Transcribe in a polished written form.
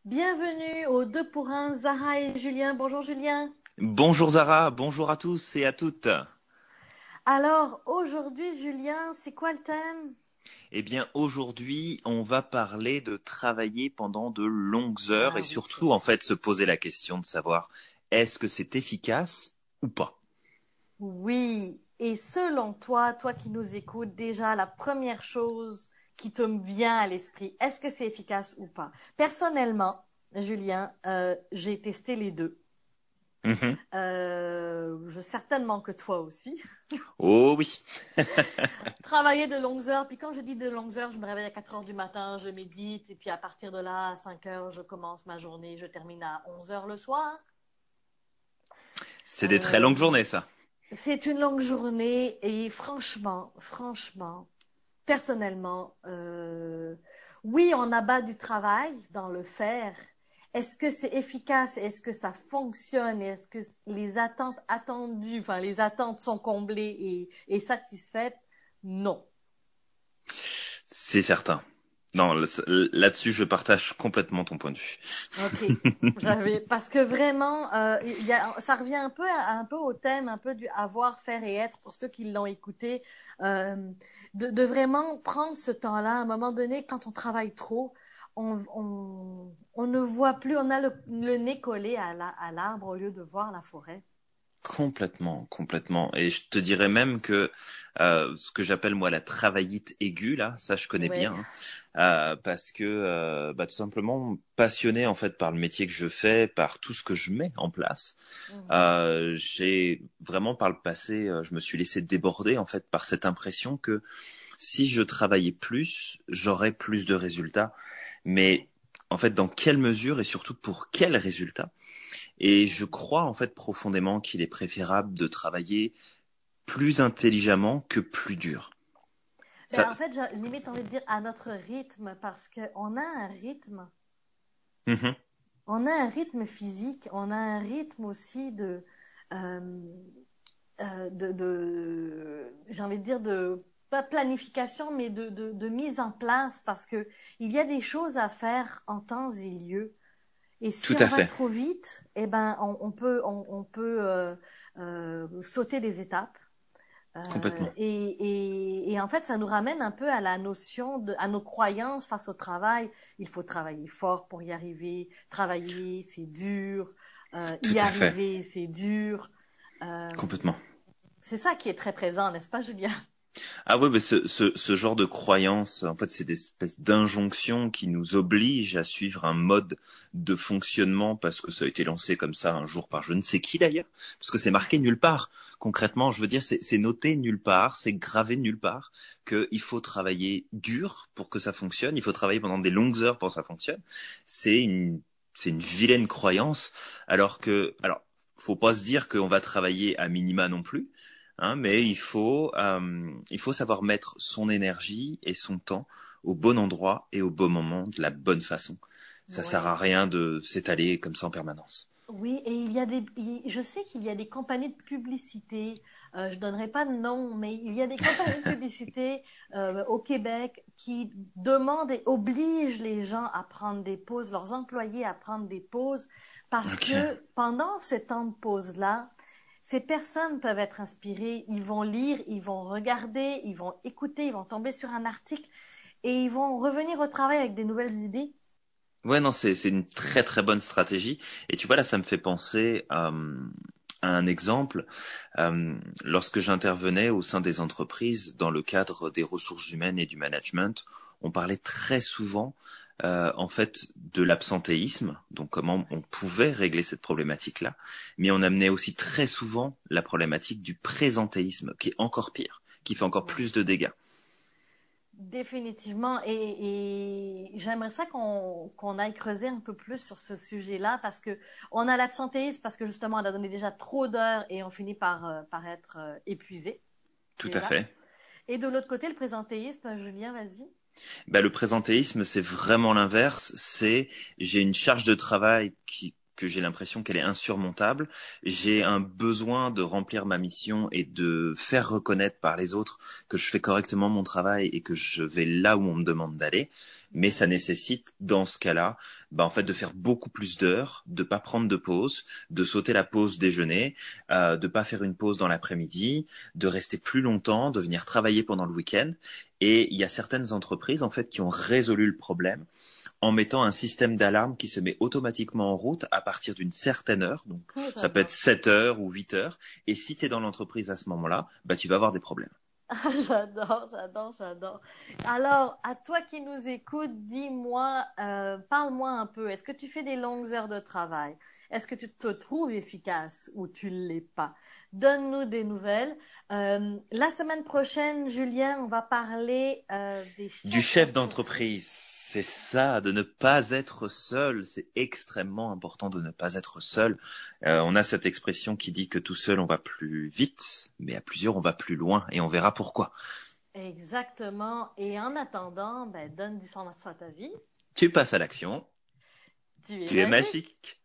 Bienvenue aux 2 pour 1, Zara et Julien. Bonjour Julien. Bonjour Zara, bonjour à tous et à toutes. Alors aujourd'hui Julien, c'est quoi le thème? Eh bien aujourd'hui, on va parler de travailler pendant de longues heures et Ah oui, c'est surtout en vrai. fait se poser la question de savoir est-ce que c'est efficace ou pas. Oui, et selon toi, toi qui nous écoutes, déjà la première chose qui te vient à l'esprit, est-ce que c'est efficace ou pas? Personnellement, Julien, j'ai testé les deux. Mhm. Certainement que toi aussi. Oh oui, Travailler de longues heures, puis quand je dis de longues heures, je me réveille à 4 heures du matin, je médite, et puis à partir de là, à 5 heures, je commence ma journée, je termine à 11 heures le soir. c'est des très Euh, longues journées ça. c'est une longue journée, et franchement, personnellement, oui, on abat du travail dans le faire. Est-ce que c'est efficace? Est-ce que ça fonctionne? Est-ce que les attentes attendues, enfin les attentes sont comblées et satisfaites? Non. C'est certain. Non, là-dessus je partage complètement ton point de vue. Ok, j'avais parce que vraiment, ça revient un peu au thème, un peu du avoir, faire et être pour ceux qui l'ont écouté, euh, de vraiment prendre ce temps-là. À un moment donné, quand on travaille trop, on ne voit plus, on a le nez collé à l'arbre au lieu de voir la forêt. Complètement, complètement. Et je te dirais même que ce que j'appelle moi la travaillite aiguë, là, ça je connais Oui. bien, parce que tout simplement passionné en fait par le métier que je fais, par tout ce que je mets en place. Mhm. J'ai vraiment par le passé, je me suis laissé déborder en fait par cette impression que si je travaillais plus, j'aurais plus de résultats. Ouais. Mais en fait, dans quelle mesure et surtout pour quels résultats? Et je Mhm. crois en fait profondément qu'il est préférable de travailler plus intelligemment que plus dur. Ben, Ça, en fait, j'ai limite envie de dire à notre rythme, parce qu'on a un rythme. Mhm. On a un rythme physique, on a un rythme aussi euh, j'ai envie de dire pas planification, mais de mise en place, parce que il y a des choses à faire en temps et lieu. Et Tout si on à va fait, trop vite, eh ben, on peut sauter des étapes. complètement. Et en fait, ça nous ramène un peu à la à nos croyances face au travail. Il faut travailler fort pour y arriver. Travailler, c'est dur. Tout Y à fait, arriver, c'est dur. Euh, complètement. c'est ça qui est très présent, n'est-ce pas, Julien? Ah ouais, mais ce genre de croyance, en fait, c'est des espèces d'injonctions qui nous obligent à suivre un mode de fonctionnement parce que ça a été lancé comme ça un jour par je ne sais qui d'ailleurs, parce que c'est marqué nulle part. Concrètement, je veux dire, c'est noté nulle part, c'est gravé nulle part qu'il faut travailler dur pour que ça fonctionne, il faut travailler pendant des longues heures pour que ça fonctionne. C'est une, c'est une vilaine croyance, alors, faut pas se dire qu'on va travailler à minima non plus. Hein, mais Mhm. il faut savoir mettre son énergie et son temps au bon endroit et au bon moment, de la bonne façon. Ça sert Oui. à rien de s'étaler comme ça en permanence. Oui, et je sais qu'il y a des compagnies de publicité, je donnerai pas de nom, mais il y a des compagnies de publicité au Québec qui demandent et obligent les gens à prendre des pauses, leurs employés à prendre des pauses, parce Ok, que pendant ce temps de pause-là, ces personnes peuvent être inspirées, ils vont lire, ils vont regarder, ils vont écouter, ils vont tomber sur un article et ils vont revenir au travail avec des nouvelles idées. ouais, non, c'est une très très bonne stratégie. Et tu vois là, ça me fait penser à un exemple. Lorsque j'intervenais au sein des entreprises dans le cadre des ressources humaines et du management, on parlait très souvent en fait de l'absentéisme, donc comment on pouvait régler cette problématique-là, mais on amenait aussi très souvent la problématique du présentéisme, qui est encore pire, qui fait encore Ouais. plus de dégâts. Définitivement. Et j'aimerais ça qu'on aille creuser un peu plus sur ce sujet-là parce que on a l'absentéisme parce que justement on a donné déjà trop d'heures et on finit par être épuisé Tout à déjà. fait. Et de l'autre côté, le présentéisme, Julien, vas-y. Bah, le présentéisme, c'est vraiment l'inverse. C'est j'ai une charge de travail qui que j'ai l'impression qu'elle est insurmontable, j'ai un besoin de remplir ma mission et de faire reconnaître par les autres que je fais correctement mon travail et que je vais là où on me demande d'aller. Mais ça nécessite, dans ce cas-là, en fait, de faire beaucoup plus d'heures, de pas prendre de pause, de sauter la pause déjeuner, de pas faire une pause dans l'après-midi, de rester plus longtemps, de venir travailler pendant le week-end. Et il y a certaines entreprises, en fait, qui ont résolu le problème en mettant un système d'alarme qui se met automatiquement en route à partir d'une certaine heure. Donc, ça peut être 7 heures ou 8 heures. Et si tu es dans l'entreprise à ce moment-là, tu vas avoir des problèmes. J'adore. Alors, à toi qui nous écoutes, dis-moi, parle-moi un peu. Est-ce que tu fais des longues heures de travail? Est-ce que tu te trouves efficace ou tu ne l'es pas? Donne-nous des nouvelles. La semaine prochaine, Julien, on va parler Du chef d'entreprise. C'est ça, de ne pas être seul. C'est extrêmement important de ne pas être seul. On a cette expression qui dit que tout seul on va plus vite, mais à plusieurs on va plus loin et on verra pourquoi. Exactement. Et en attendant, donne du sens à ta vie. Tu passes à l'action. Tu es Tu es magique. magique.